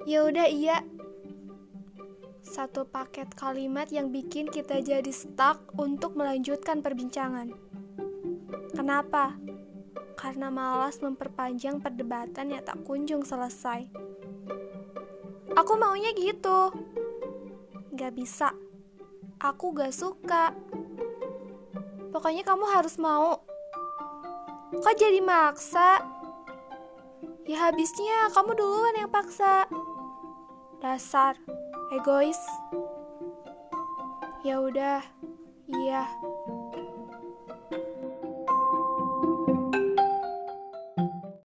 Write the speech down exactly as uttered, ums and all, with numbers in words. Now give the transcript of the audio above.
Ya udah iya. Satu paket kalimat yang bikin kita jadi stuck untuk melanjutkan perbincangan. Kenapa? Karena malas memperpanjang perdebatan yang tak kunjung selesai. Aku maunya gitu. Gak bisa. Aku gak suka. Pokoknya kamu harus mau. Kok jadi maksa? Ya habisnya kamu duluan yang paksa. Dasar egois. Ya udah, iya.